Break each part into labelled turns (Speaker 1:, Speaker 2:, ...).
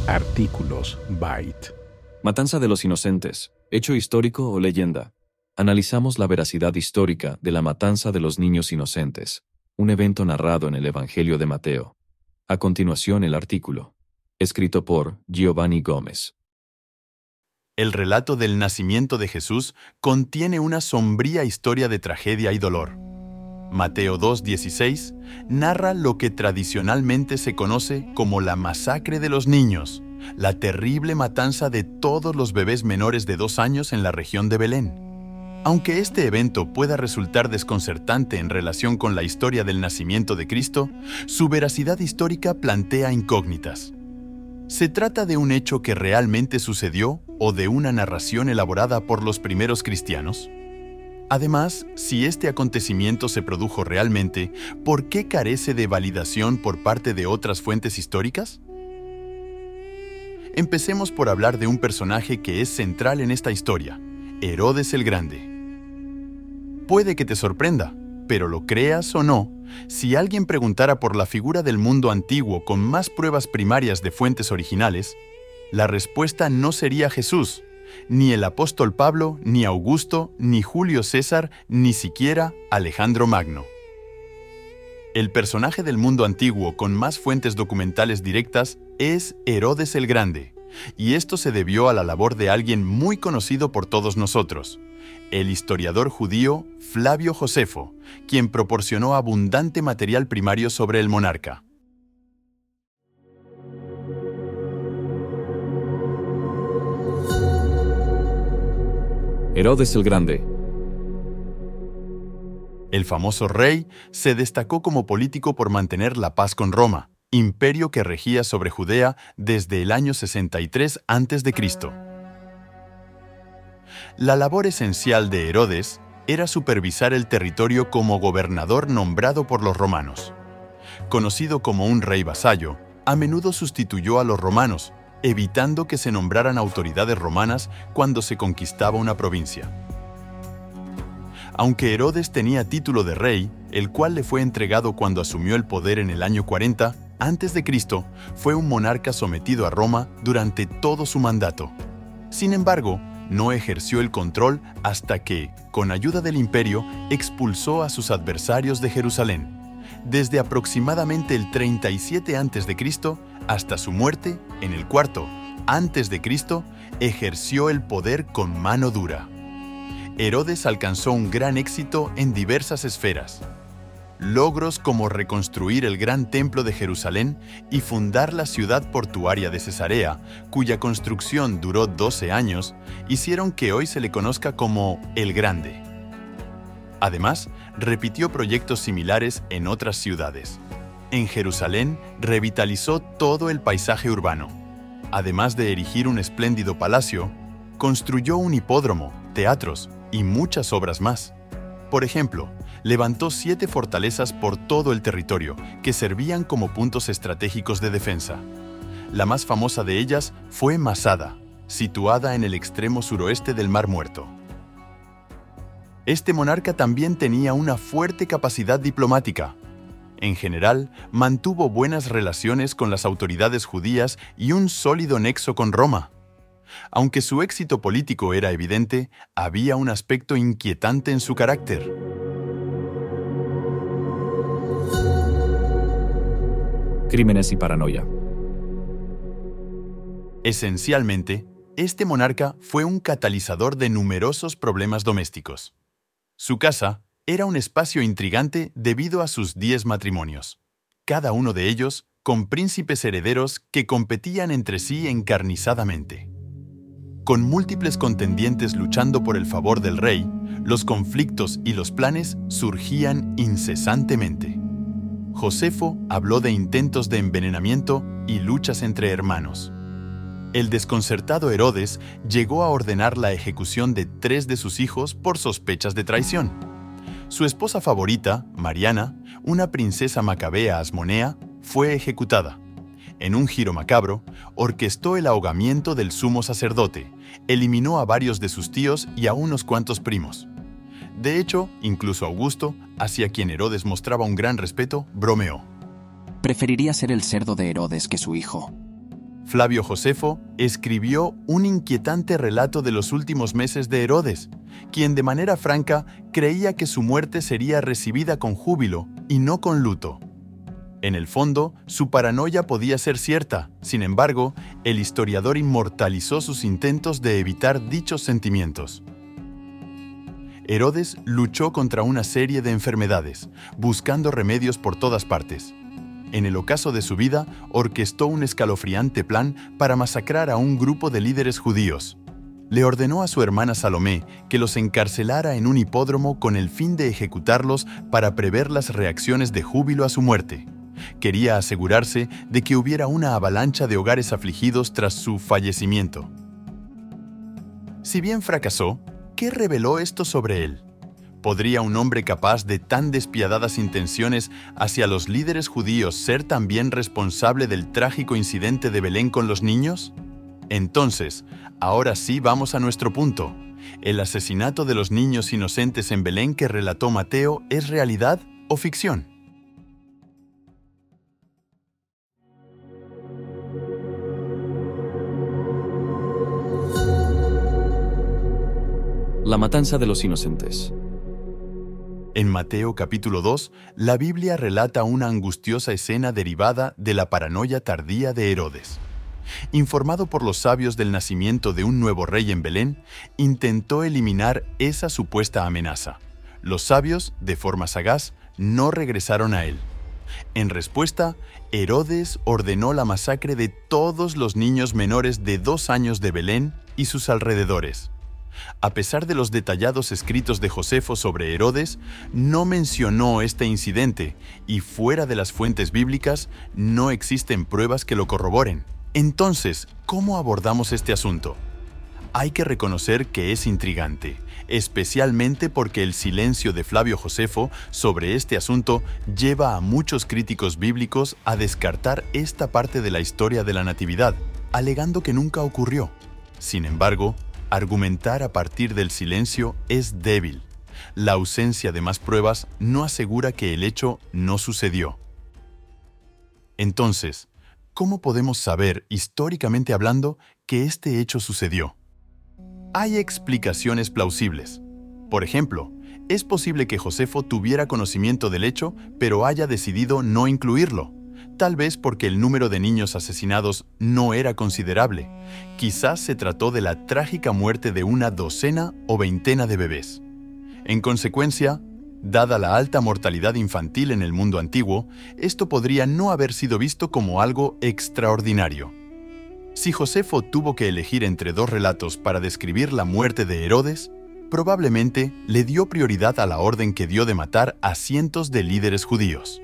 Speaker 1: Artículos Byte.
Speaker 2: Matanza de los inocentes. ¿Hecho histórico o leyenda? Analizamos la veracidad histórica de la matanza de los niños inocentes, un evento narrado en el Evangelio de Mateo. A continuación el artículo, escrito por Giovanni Gómez.
Speaker 3: El relato del nacimiento de Jesús contiene una sombría historia de tragedia y dolor. Mateo 2:16 narra lo que tradicionalmente se conoce como la masacre de los niños, la terrible matanza de todos los bebés menores de 2 años en la región de Belén. Aunque este evento pueda resultar desconcertante en relación con la historia del nacimiento de Cristo, su veracidad histórica plantea incógnitas. ¿Se trata de un hecho que realmente sucedió o de una narración elaborada por los primeros cristianos? Además, si este acontecimiento se produjo realmente, ¿por qué carece de validación por parte de otras fuentes históricas? Empecemos por hablar de un personaje que es central en esta historia, Herodes el Grande. Puede que te sorprenda, pero lo creas o no, si alguien preguntara por la figura del mundo antiguo con más pruebas primarias de fuentes originales, la respuesta no sería Jesús, ni el apóstol Pablo, ni Augusto, ni Julio César, ni siquiera Alejandro Magno. El personaje del mundo antiguo con más fuentes documentales directas es Herodes el Grande, y esto se debió a la labor de alguien muy conocido por todos nosotros, el historiador judío Flavio Josefo, quien proporcionó abundante material primario sobre el monarca.
Speaker 2: Herodes el Grande.
Speaker 3: El famoso rey se destacó como político por mantener la paz con Roma, imperio que regía sobre Judea desde el año 63 a.C. La labor esencial de Herodes era supervisar el territorio como gobernador nombrado por los romanos. Conocido como un rey vasallo, a menudo sustituyó a los romanos, evitando que se nombraran autoridades romanas cuando se conquistaba una provincia. Aunque Herodes tenía título de rey, el cual le fue entregado cuando asumió el poder en el año 40 a.C., fue un monarca sometido a Roma durante todo su mandato. Sin embargo, no ejerció el control hasta que, con ayuda del imperio, expulsó a sus adversarios de Jerusalén. Desde aproximadamente el 37 a.C. hasta su muerte, en el 4 a.C., ejerció el poder con mano dura. Herodes alcanzó un gran éxito en diversas esferas. Logros como reconstruir el gran templo de Jerusalén y fundar la ciudad portuaria de Cesarea, cuya construcción duró 12 años, hicieron que hoy se le conozca como el Grande. Además, repitió proyectos similares en otras ciudades. En Jerusalén, revitalizó todo el paisaje urbano. Además de erigir un espléndido palacio, construyó un hipódromo, teatros y muchas obras más. Por ejemplo, levantó 7 fortalezas por todo el territorio, que servían como puntos estratégicos de defensa. La más famosa de ellas fue Masada, situada en el extremo suroeste del Mar Muerto. Este monarca también tenía una fuerte capacidad diplomática. En general, mantuvo buenas relaciones con las autoridades judías y un sólido nexo con Roma. Aunque su éxito político era evidente, había un aspecto inquietante en su carácter.
Speaker 2: Crímenes y paranoia.
Speaker 3: Esencialmente, este monarca fue un catalizador de numerosos problemas domésticos. Su casa era un espacio intrigante debido a sus 10 matrimonios, cada uno de ellos con príncipes herederos que competían entre sí encarnizadamente. Con múltiples contendientes luchando por el favor del rey, los conflictos y los planes surgían incesantemente. Josefo habló de intentos de envenenamiento y luchas entre hermanos. El desconcertado Herodes llegó a ordenar la ejecución de 3 de sus hijos por sospechas de traición. Su esposa favorita, Mariana, una princesa macabea asmonea, fue ejecutada. En un giro macabro, orquestó el ahogamiento del sumo sacerdote, eliminó a varios de sus tíos y a unos cuantos primos. De hecho, incluso Augusto, hacia quien Herodes mostraba un gran respeto, bromeó.
Speaker 4: Preferiría ser el cerdo de Herodes que su hijo.
Speaker 3: Flavio Josefo escribió un inquietante relato de los últimos meses de Herodes, quien de manera franca creía que su muerte sería recibida con júbilo y no con luto. En el fondo, su paranoia podía ser cierta. Sin embargo, el historiador inmortalizó sus intentos de evitar dichos sentimientos. Herodes luchó contra una serie de enfermedades, buscando remedios por todas partes. En el ocaso de su vida, orquestó un escalofriante plan para masacrar a un grupo de líderes judíos. Le ordenó a su hermana Salomé que los encarcelara en un hipódromo con el fin de ejecutarlos para prever las reacciones de júbilo a su muerte. Quería asegurarse de que hubiera una avalancha de hogares afligidos tras su fallecimiento. Si bien fracasó, ¿qué reveló esto sobre él? ¿Podría un hombre capaz de tan despiadadas intenciones hacia los líderes judíos ser también responsable del trágico incidente de Belén con los niños? Entonces, ahora sí vamos a nuestro punto. ¿El asesinato de los niños inocentes en Belén que relató Mateo es realidad o ficción?
Speaker 2: La matanza de los inocentes.
Speaker 3: En Mateo capítulo 2, la Biblia relata una angustiosa escena derivada de la paranoia tardía de Herodes. Informado por los sabios del nacimiento de un nuevo rey en Belén, intentó eliminar esa supuesta amenaza. Los sabios, de forma sagaz, no regresaron a él. En respuesta, Herodes ordenó la masacre de todos los niños menores de 2 años de Belén y sus alrededores. A pesar de los detallados escritos de Josefo sobre Herodes, no mencionó este incidente y fuera de las fuentes bíblicas no existen pruebas que lo corroboren. Entonces, ¿cómo abordamos este asunto? Hay que reconocer que es intrigante, especialmente porque el silencio de Flavio Josefo sobre este asunto lleva a muchos críticos bíblicos a descartar esta parte de la historia de la Natividad, alegando que nunca ocurrió. Sin embargo, argumentar a partir del silencio es débil. La ausencia de más pruebas no asegura que el hecho no sucedió. Entonces, ¿cómo podemos saber, históricamente hablando, que este hecho sucedió? Hay explicaciones plausibles. Por ejemplo, es posible que Josefo tuviera conocimiento del hecho, pero haya decidido no incluirlo. Tal vez porque el número de niños asesinados no era considerable. Quizás se trató de la trágica muerte de una docena o veintena de bebés. En consecuencia, dada la alta mortalidad infantil en el mundo antiguo, esto podría no haber sido visto como algo extraordinario. Si Josefo tuvo que elegir entre 2 relatos para describir la muerte de Herodes, probablemente le dio prioridad a la orden que dio de matar a cientos de líderes judíos.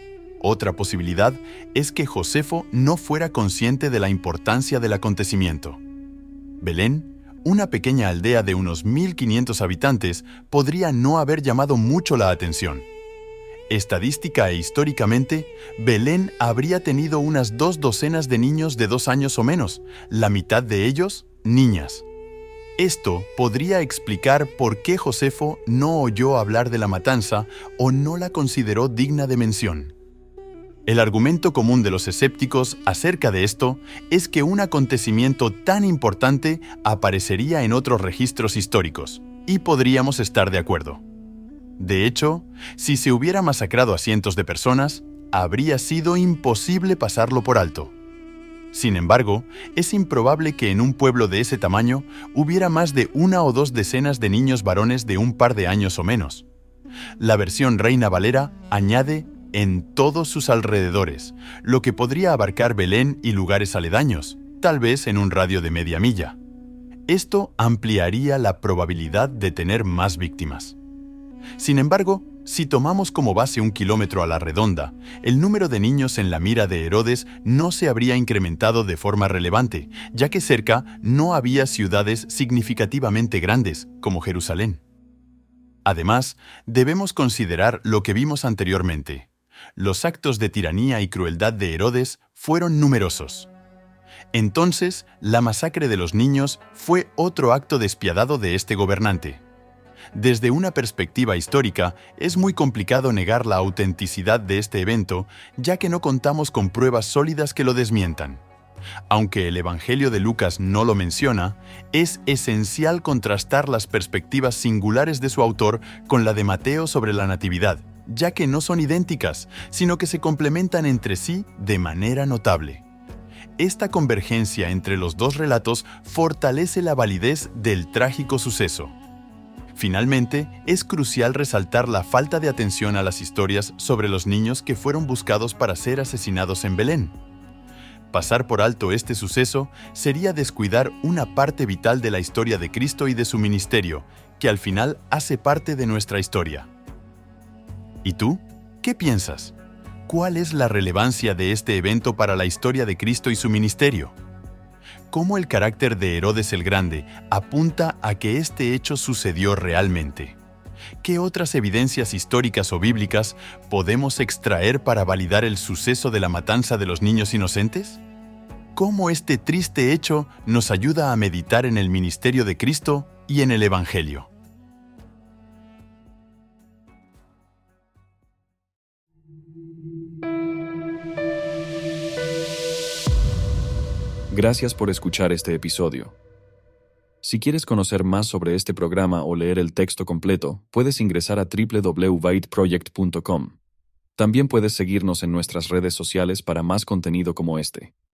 Speaker 3: Otra posibilidad es que Josefo no fuera consciente de la importancia del acontecimiento. Belén, una pequeña aldea de unos 1.500 habitantes, podría no haber llamado mucho la atención. Estadística e históricamente, Belén habría tenido unas 2 docenas de niños de 2 años o menos, la mitad de ellos, niñas. Esto podría explicar por qué Josefo no oyó hablar de la matanza o no la consideró digna de mención. El argumento común de los escépticos acerca de esto es que un acontecimiento tan importante aparecería en otros registros históricos, y podríamos estar de acuerdo. De hecho, si se hubiera masacrado a cientos de personas, habría sido imposible pasarlo por alto. Sin embargo, es improbable que en un pueblo de ese tamaño hubiera más de 1 o 2 decenas de niños varones de un par de años o menos. La versión Reina Valera añade en todos sus alrededores, lo que podría abarcar Belén y lugares aledaños, tal vez en un radio de media milla. Esto ampliaría la probabilidad de tener más víctimas. Sin embargo, si tomamos como base 1 kilómetro a la redonda, el número de niños en la mira de Herodes no se habría incrementado de forma relevante, ya que cerca no había ciudades significativamente grandes, como Jerusalén. Además, debemos considerar lo que vimos anteriormente. Los actos de tiranía y crueldad de Herodes fueron numerosos. Entonces, la masacre de los niños fue otro acto despiadado de este gobernante. Desde una perspectiva histórica, es muy complicado negar la autenticidad de este evento, ya que no contamos con pruebas sólidas que lo desmientan. Aunque el Evangelio de Lucas no lo menciona, es esencial contrastar las perspectivas singulares de su autor con la de Mateo sobre la Natividad, ya que no son idénticas, sino que se complementan entre sí de manera notable. Esta convergencia entre los dos relatos fortalece la validez del trágico suceso. Finalmente, es crucial resaltar la falta de atención a las historias sobre los niños que fueron buscados para ser asesinados en Belén. Pasar por alto este suceso sería descuidar una parte vital de la historia de Cristo y de su ministerio, que al final hace parte de nuestra historia. ¿Y tú? ¿Qué piensas? ¿Cuál es la relevancia de este evento para la historia de Cristo y su ministerio? ¿Cómo el carácter de Herodes el Grande apunta a que este hecho sucedió realmente? ¿Qué otras evidencias históricas o bíblicas podemos extraer para validar el suceso de la matanza de los niños inocentes? ¿Cómo este triste hecho nos ayuda a meditar en el ministerio de Cristo y en el Evangelio?
Speaker 2: Gracias por escuchar este episodio. Si quieres conocer más sobre este programa o leer el texto completo, puedes ingresar a www.byteproject.com. También puedes seguirnos en nuestras redes sociales para más contenido como este.